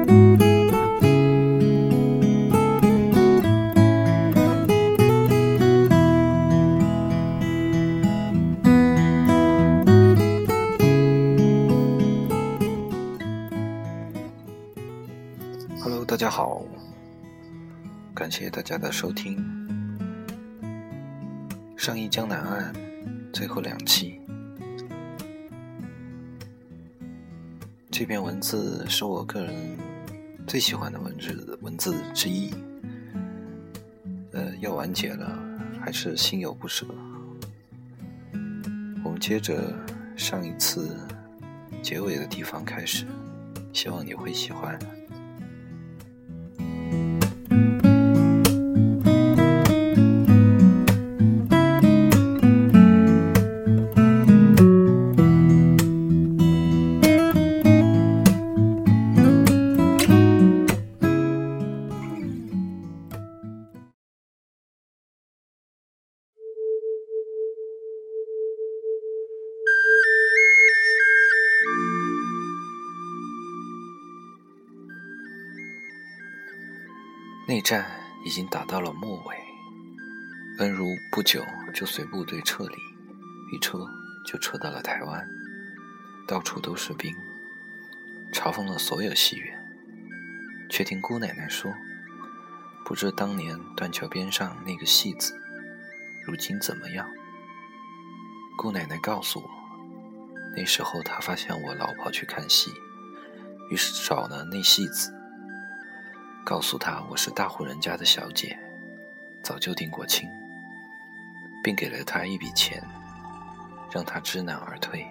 Hello， 大家好，感谢大家的收听。上一江南岸最后2期，这篇文字是我个人最喜欢的文字之一。要完结了，还是心有不舍。我们接着上一次结尾的地方开始，希望你会喜欢。内战已经打到了末尾，恩如不久就随部队撤离，一撤就撤到了台湾，到处都是兵，查封了所有戏院。却听姑奶奶说，不知当年断桥边上那个戏子如今怎么样。姑奶奶告诉我，那时候她发现我老跑去看戏，于是找了那戏子，告诉他我是大户人家的小姐，早就定过亲，并给了他一笔钱，让他知难而退。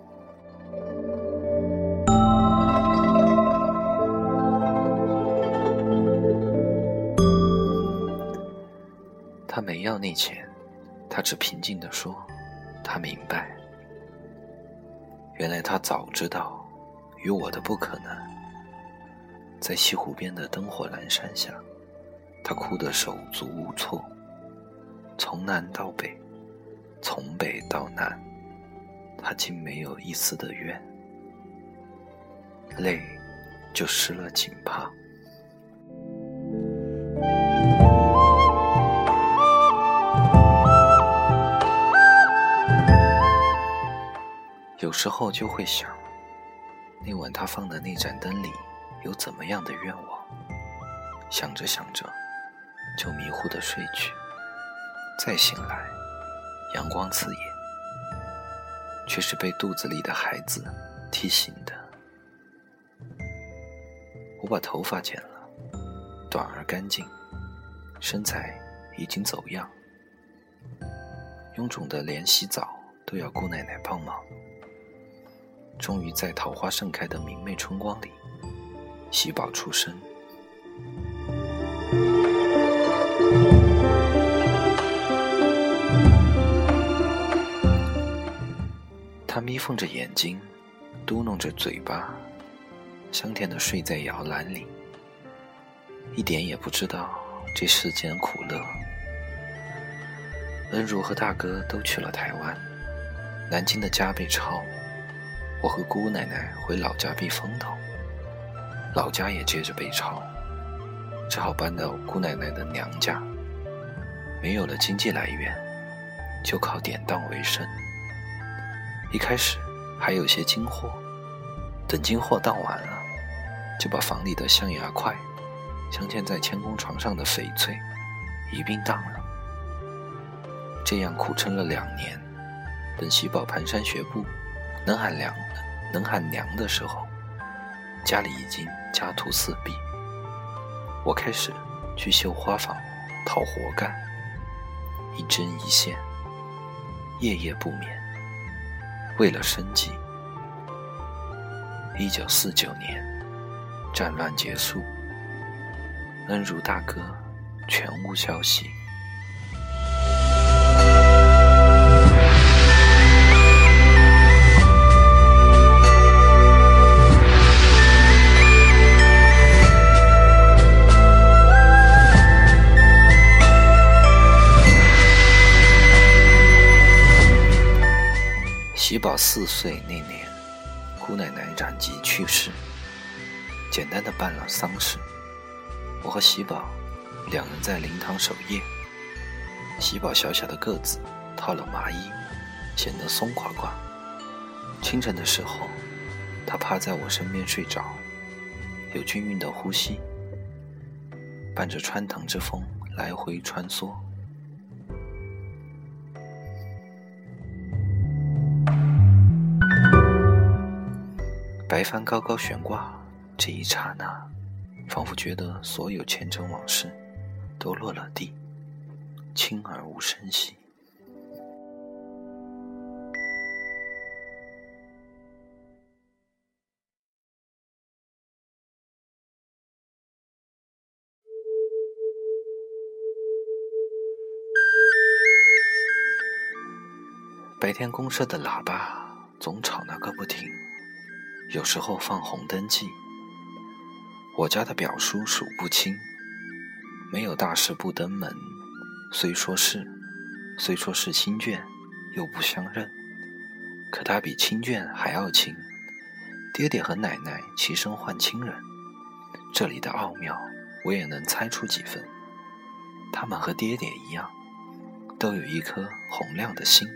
他没要那钱，他只平静地说，他明白。原来他早知道与我的不可能。在西湖边的灯火阑珊下，他哭得手足无措，从南到北，从北到南，他竟没有一丝的怨，泪就湿了锦帕。有时候就会想，那晚他放的那盏灯里有怎么样的愿望，想着想着就迷糊地睡去，再醒来阳光刺眼，却是被肚子里的孩子踢醒的。我把头发剪了，短而干净，身材已经走样，臃肿的连洗澡都要姑奶奶帮忙。终于在桃花盛开的明媚春光里，喜宝出生。他眯缝着眼睛，嘟哝着嘴巴，香甜地睡在摇篮里，一点也不知道这世间苦乐。恩如和大哥都去了台湾，南京的家被抄，我和姑奶奶回老家避风头，老家也接着被抄，只好搬到姑奶奶的娘家。没有了经济来源，就靠典当为生。一开始还有些金货，等金货当完了，就把房里的象牙块、镶嵌在千工床上的翡翠一并当了。这样苦撑了2年，等喜宝蹒跚学步能喊娘的时候，家里已经家徒四壁。我开始去绣花坊讨活干，一针一线，夜夜不眠，为了生计。1949年，战乱结束，恩如大哥全无消息。喜宝4岁那年，姑奶奶染疾去世， 简单的办了丧事。我和喜宝两人在灵堂守夜。喜宝小小的个子套了麻衣，显得松垮垮。清晨的时候，他趴在我身边睡着，有均匀的呼吸，伴着穿堂之风来回穿梭。白帆高高悬挂，这一刹那，仿佛觉得所有前尘往事都落了地，轻而无声息。白天公社的喇叭总吵那个不停，有时候放红灯记。我家的表叔数不清，没有大事不登门，虽说是亲眷，又不相认。可他比亲眷还要亲，爹爹和奶奶齐声唤亲人。这里的奥妙，我也能猜出几分。他们和爹爹一样，都有一颗洪亮的心。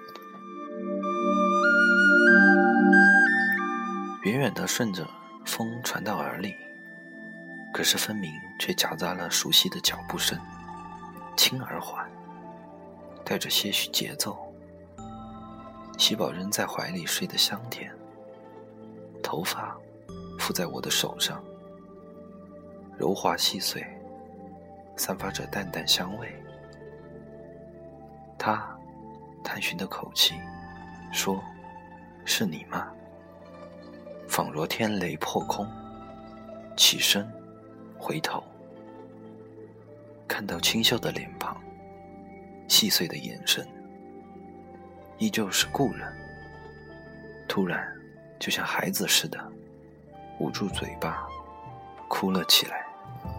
远远地顺着风传到耳里，可是分明却夹杂了熟悉的脚步声，轻而缓，带着些许节奏。喜宝仍在怀里睡得香甜，头发附在我的手上，柔滑细碎，散发着淡淡香味。他探寻的口气说：“是你吗？”仿若天雷破空，起身回头，看到清秀的脸庞，细碎的眼神，依旧是故人。突然就像孩子似的捂住嘴巴哭了起来。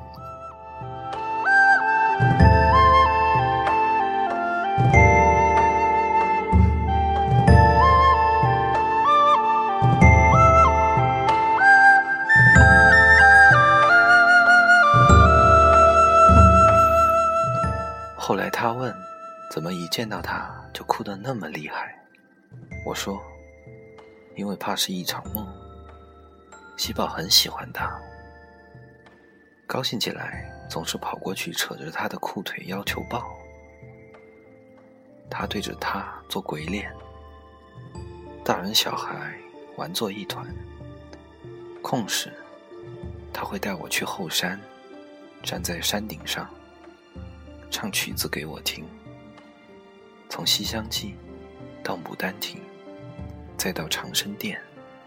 后来他问，怎么一见到他就哭得那么厉害？我说，因为怕是一场梦。喜宝很喜欢他，高兴起来总是跑过去扯着他的裤腿要求抱。他对着他做鬼脸，大人小孩玩作一团。空时他会带我去后山，站在山顶上唱曲子给我听，从西厢记到牡丹亭，再到长生殿。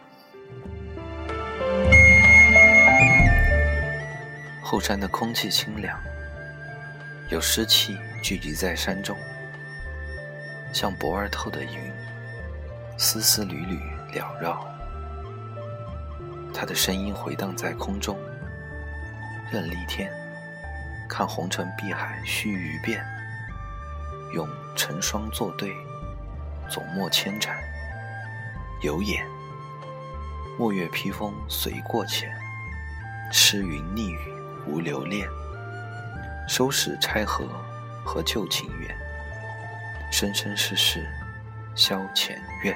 后山的空气清凉，有湿气聚集在山中，像薄而透的云，丝丝缕缕缭绕。他的声音回荡在空中，任立天看红尘碧海须臾变，用成双作对，总莫牵缠。有眼墨月披风随过浅，诗云逆语无留恋。收拾拆合和旧情缘，生生世世消遣愿。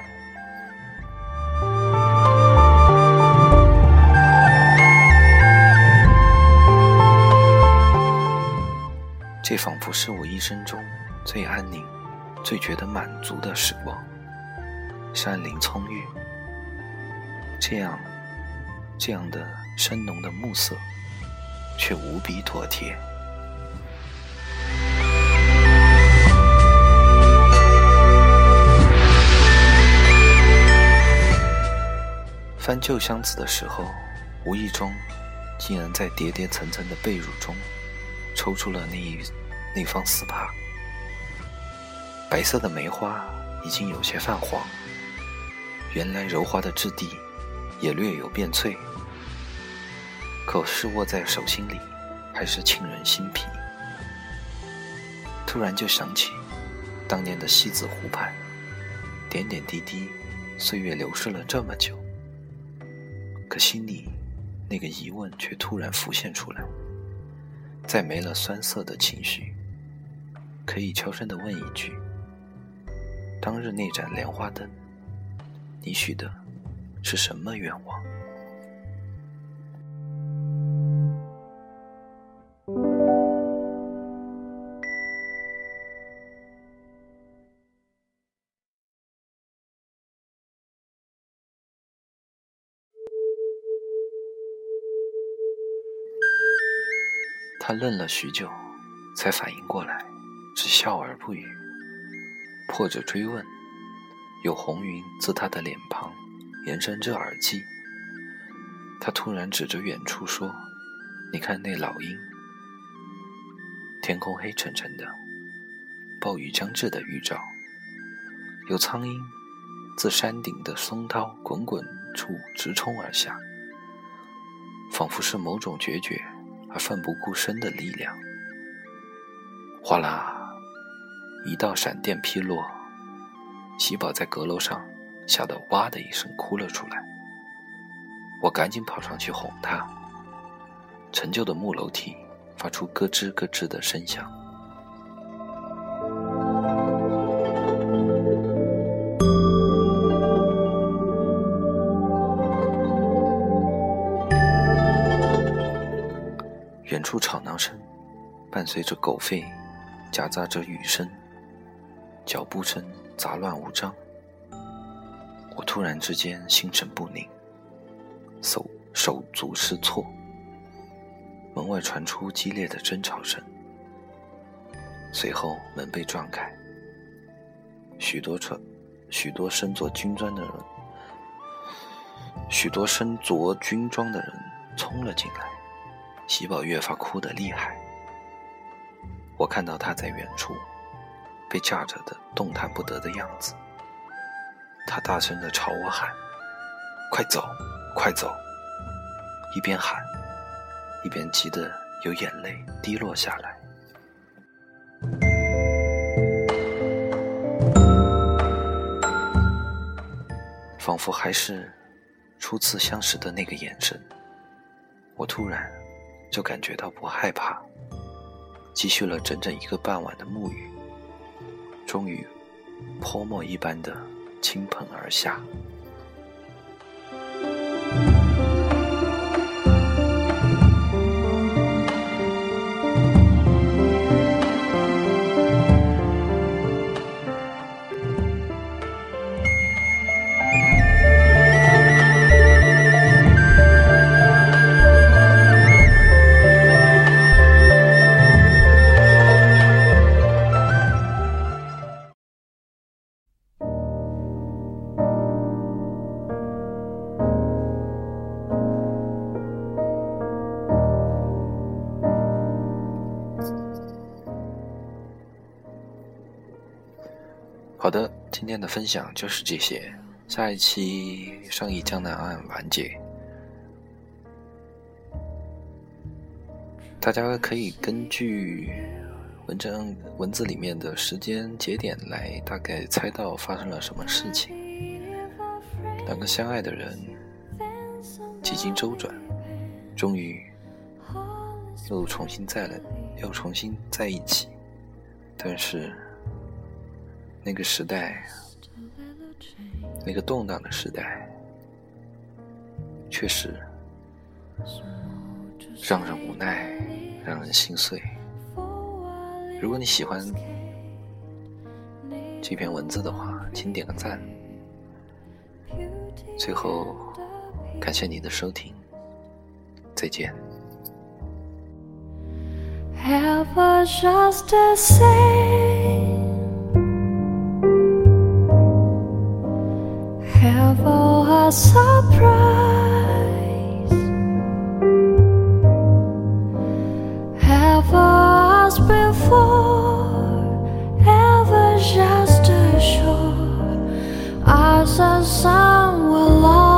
这仿佛是我一生中最安宁、最觉得满足的时光。山林葱郁，这样的深浓的暮色，却无比妥帖。翻旧箱子的时候，无意中竟然在叠叠层层的被褥中抽出了那方丝帕。白色的梅花已经有些泛黄，原来柔滑的质地也略有变脆，可是握在手心里还是沁人心脾。突然就想起当年的西子湖畔，点点滴滴，岁月流逝了这么久，可心里那个疑问却突然浮现出来，再没了酸涩的情绪，可以悄声地问一句：当日那盏莲花灯，你许的是什么愿望？他愣了许久，才反应过来，只笑而不语。破着追问，有红云自他的脸庞延伸至耳际。他突然指着远处说：你看那老鹰。天空黑沉沉的，暴雨将至的预兆。有苍鹰自山顶的松涛滚滚处直冲而下，仿佛是某种决绝而奋不顾身的力量。哗啦，一道闪电劈落，喜宝在阁楼上吓得哇的一声哭了出来。我赶紧跑上去哄他。陈旧的木楼梯发出咯吱咯吱的声响。远处吵闹声伴随着狗吠，夹杂着雨声，脚步声杂乱无章。我突然之间心神不宁，手足失措。门外传出激烈的争吵声，随后门被撞开，许多身着军装的人冲了进来。喜宝越发哭得厉害，我看到他在远处被架着的动弹不得的样子。他大声地朝我喊：快走快走！一边喊一边急得有眼泪滴落下来。仿佛还是初次相识的那个眼神，我突然就感觉到不害怕。积蓄了整整1个半晚的沐雨，终于泼墨一般的倾盆而下。好的，今天的分享就是这些，下一期上一江南岸完结。大家可以根据文字里面的时间节点来大概猜到发生了什么事情。两个相爱的人几经周转，终于又重新在一起，但是那个时代，那个动荡的时代，确实让人无奈，让人心碎。如果你喜欢这篇文字的话，请点个赞。最后，感谢你的收听，再见。 Have was just the same. Have a surprise. Have us before. Ever just a shore. As the sun will rise.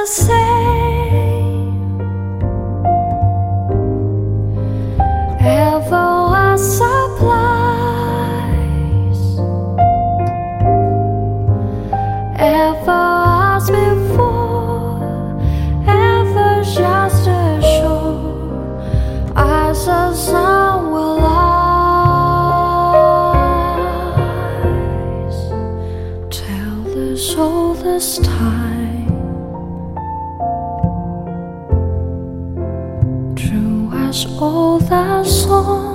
the same. Ever supplies, ever as before, ever just as sure as the sun will rise. Tell this all this time, true as all that song.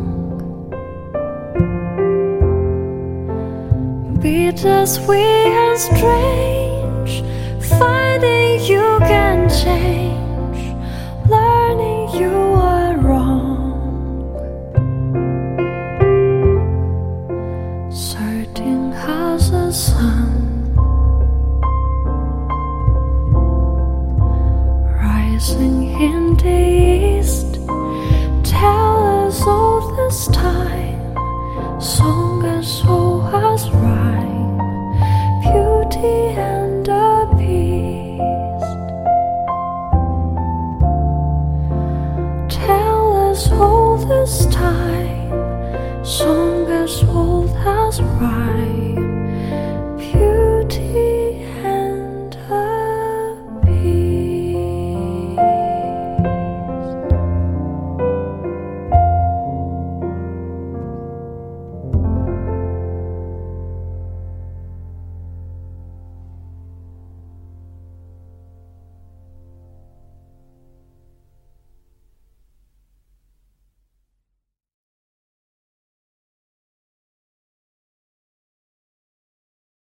Bittersweet and strange, finding you can change, learning you were wrong, certain as the sun, rising in the east. Tell us all this time, song as old as rhyme, beauty and the beast. Tell us all this time, song as old as rhyme.